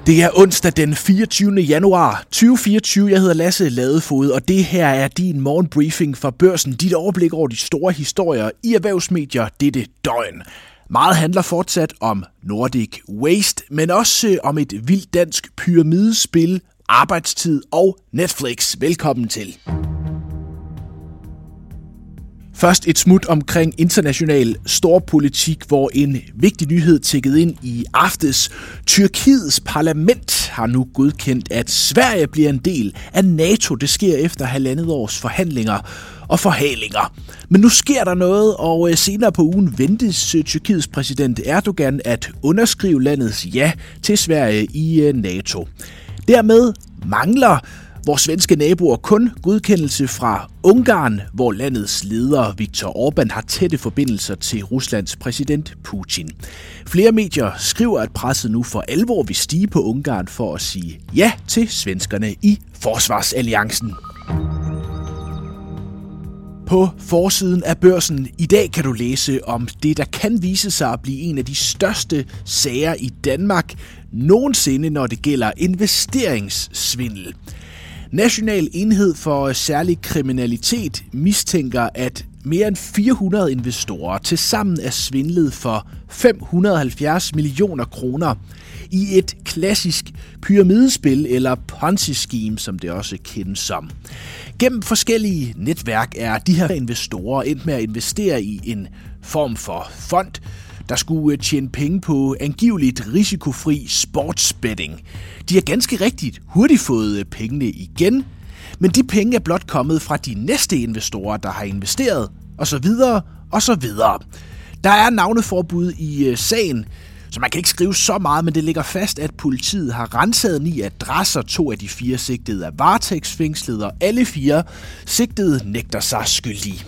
Det er onsdag den 24. januar 2024. Jeg hedder Lasse Ladefod, og det her er din morgenbriefing fra Børsen. Dit overblik over de store historier i erhvervsmedier dette døgn. Meget handler fortsat om Nordic Waste, men også om et vildt dansk pyramidespil, arbejdstid og Netflix. Velkommen til. Først et smut omkring international storpolitik, hvor en vigtig nyhed tikkede ind i aftes. Tyrkiets parlament har nu godkendt, at Sverige bliver en del af NATO. Det sker efter 1,5 års forhandlinger og forhalinger. Men nu sker der noget, og senere på ugen ventes Tyrkiets præsident Erdogan at underskrive landets ja til Sverige i NATO. Dermed mangler vores svenske naboer kun godkendelse fra Ungarn, hvor landets leder Viktor Orbán har tætte forbindelser til Ruslands præsident Putin. Flere medier skriver, at presset nu for alvor vil stige på Ungarn for at sige ja til svenskerne i Forsvarsalliancen. På forsiden af Børsen i dag kan du læse om det, der kan vise sig at blive en af de største sager i Danmark nogensinde, når det gælder investeringssvindel. National Enhed for Særlig Kriminalitet mistænker, at mere end 400 investorer tilsammen er svindlet for 570 millioner kroner i et klassisk pyramidespil eller Ponzi-scheme, som det også kendes som. Gennem forskellige netværk er de her investorer endt med at investere i en form for fond, der skulle tjene penge på angiveligt risikofri sportsbetting. De har ganske rigtigt hurtigt fået pengene igen, men de penge er blot kommet fra de næste investorer, der har investeret, osv. osv. Der er navneforbud i sagen, så man kan ikke skrive så meget, men det ligger fast, at politiet har renset 9 adresser. 2 af de 4 sigtede er varetægtsfængslet, og alle 4 sigtede nægter sig skyldige.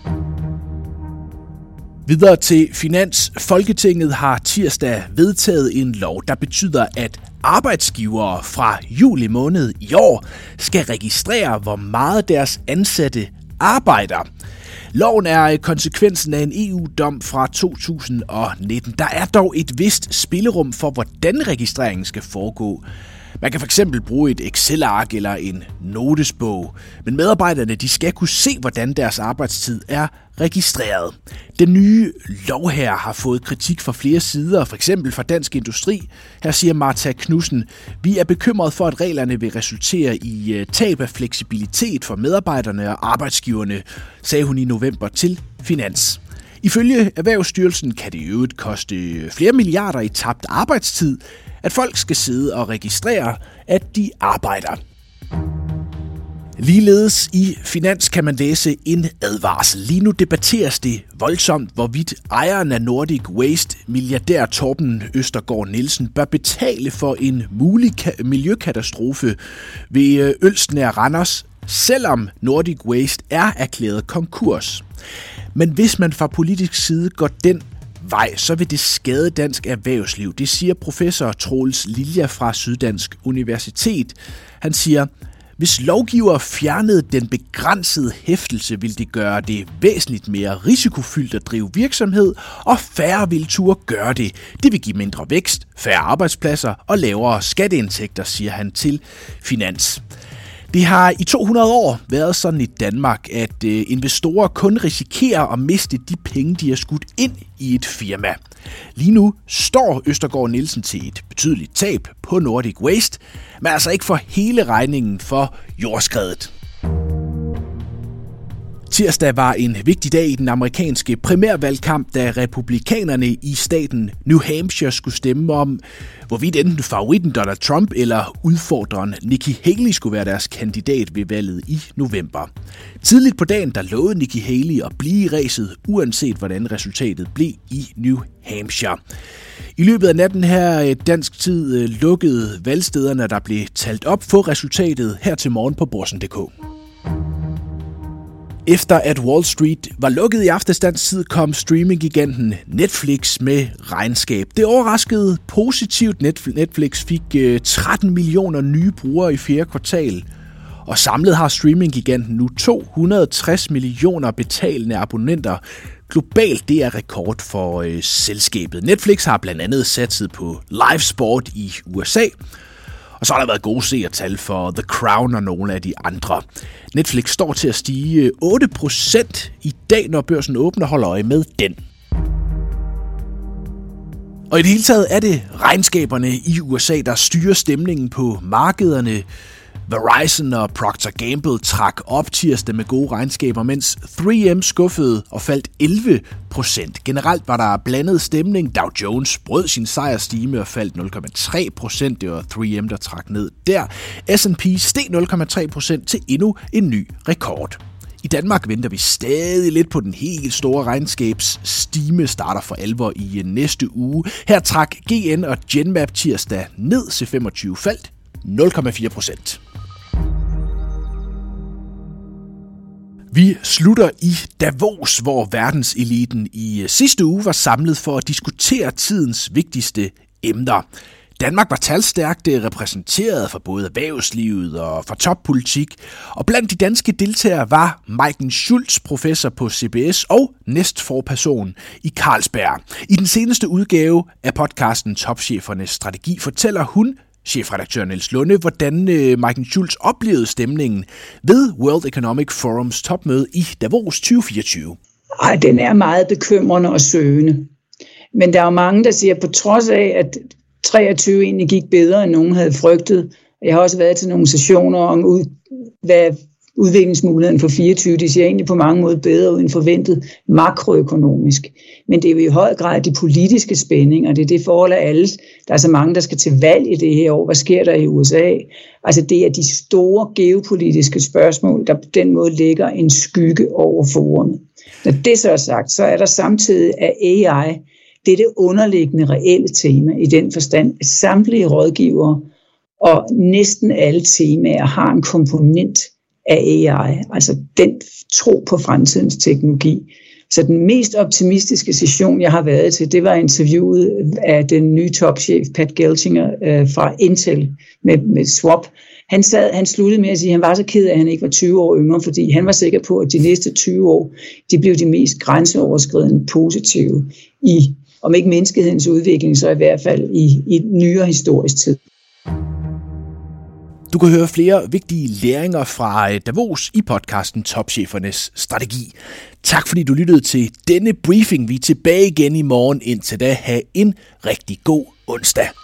Videre til Finans. Folketinget har tirsdag vedtaget en lov, der betyder, at arbejdsgivere fra juli måned i år skal registrere, hvor meget deres ansatte arbejder. Loven er konsekvensen af en EU-dom fra 2019. Der er dog et vist spillerum for, hvordan registreringen skal foregå. Man kan fx bruge et Excel-ark eller en notesbog, men medarbejderne de skal kunne se, hvordan deres arbejdstid er registreret. Den nye lov her har fået kritik fra flere sider, f.eks. fra Dansk Industri. Her siger Martha Knudsen: vi er bekymret for, at reglerne vil resultere i tab af fleksibilitet for medarbejderne og arbejdsgiverne, sagde hun i november til Finans. Ifølge Erhvervsstyrelsen kan det i øvrigt koste flere milliarder i tabt arbejdstid, at folk skal sidde og registrere, at de arbejder. Ligeledes i Finans kan man læse en advarsel. Lige nu debatteres det voldsomt, hvorvidt ejeren af Nordic Waste, milliardær Torben Østergaard Nielsen, bør betale for en mulig miljøkatastrofe ved Ølsten af Randers, selvom Nordic Waste er erklæret konkurs. Men hvis man fra politisk side går den vej, så vil det skade dansk erhvervsliv. Det siger professor Troels Lilja fra Syddansk Universitet. Han siger: hvis lovgiver fjernede den begrænsede hæftelse, ville det gøre det væsentligt mere risikofyldt at drive virksomhed, og færre vil turde gøre det. Det vil give mindre vækst, færre arbejdspladser og lavere skatteindtægter, siger han til Finans. Det har i 200 år været sådan i Danmark, at investorer kun risikerer at miste de penge, de har skudt ind i et firma. Lige nu står Østergaard Nielsen til et betydeligt tab på Nordic Waste, men altså ikke for hele regningen for jordskredet. Tirsdag var en vigtig dag i den amerikanske primærvalgkamp, da republikanerne i staten New Hampshire skulle stemme om, hvorvidt enten favoritten Donald Trump eller udfordreren Nikki Haley skulle være deres kandidat ved valget i november. Tidligt på dagen der lovede Nikki Haley at blive i ræset, uanset hvordan resultatet blev i New Hampshire. I løbet af natten her dansk tid lukkede valgstederne, der blev talt op for resultatet her til morgen på Børsen.dk. Efter at Wall Street var lukket i aftes dansk tid, kom streaminggiganten Netflix med regnskab. Det overraskede positivt. Netflix fik 13 millioner nye brugere i 4. kvartal. Og samlet har streaminggiganten nu 260 millioner betalende abonnenter. globalt, det er rekord for selskabet. Netflix har blandt andet satset på live sport i USA, og så har der været gode seertal for The Crown og nogle af de andre. Netflix står til at stige 8% i dag, når børsen åbner. Hold øje med den. Og i det hele taget er det regnskaberne i USA, der styrer stemningen på markederne. Verizon og Procter Gamble trak op tirsdag med gode regnskaber, mens 3M skuffede og faldt 11%. Generelt var der blandet stemning. Dow Jones brød sin sejrstime og faldt 0,3%. Det var 3M, der trak ned der. S&P steg 0,3% til endnu en ny rekord. I Danmark venter vi stadig lidt på den helt store regnskabsstime, starter for alvor i næste uge. Her trak GN og Genmap tirsdag ned, C25 faldt 0,4%. Vi slutter i Davos, hvor verdenseliten i sidste uge var samlet for at diskutere tidens vigtigste emner. Danmark var talstærkt repræsenteret for både erhvervslivet og for toppolitik, og blandt de danske deltagere var Maiken Schultz, professor på CBS og næstforperson i Carlsberg. I den seneste udgave af podcasten Topchefernes Strategi fortæller hun, chefredaktør Niels Lunde, hvordan Maiken Schultz oplevede stemningen ved World Economic Forums topmøde i Davos 2024. Den er meget bekymrende og søgende. Men der er jo mange, der siger, på trods af, at 23 egentlig gik bedre, end nogen havde frygtet. Jeg har også været til nogle sessioner om, hvad udviklingsmuligheden for 24, de ser egentlig på mange måder bedre ud end forventet makroøkonomisk. Men det er jo i høj grad de politiske spændinger, det er det forhold af alle. Der er så mange, der skal til valg i det her år. Hvad sker der i USA? Altså det er de store geopolitiske spørgsmål, der på den måde lægger en skygge over forumet. Når det så er sagt, så er der samtidig af AI, det er det underliggende reelle tema i den forstand, at samtlige rådgivere og næsten alle temaer har en komponent af AI, altså den tro på fremtidens teknologi. Så den mest optimistiske session, jeg har været til, det var interviewet af den nye topchef, Pat Gelsinger fra Intel med Swap. Han sluttede med at sige, at han var så ked af, at han ikke var 20 år yngre, fordi han var sikker på, at de næste 20 år, de blev de mest grænseoverskridende positive i, om ikke menneskehedens udvikling, så i hvert fald i nyere historisk tid. Du kan høre flere vigtige læringer fra Davos i podcasten Topchefernes Strategi. Tak fordi du lyttede til denne briefing. Vi er tilbage igen i morgen. Indtil da, have en rigtig god onsdag.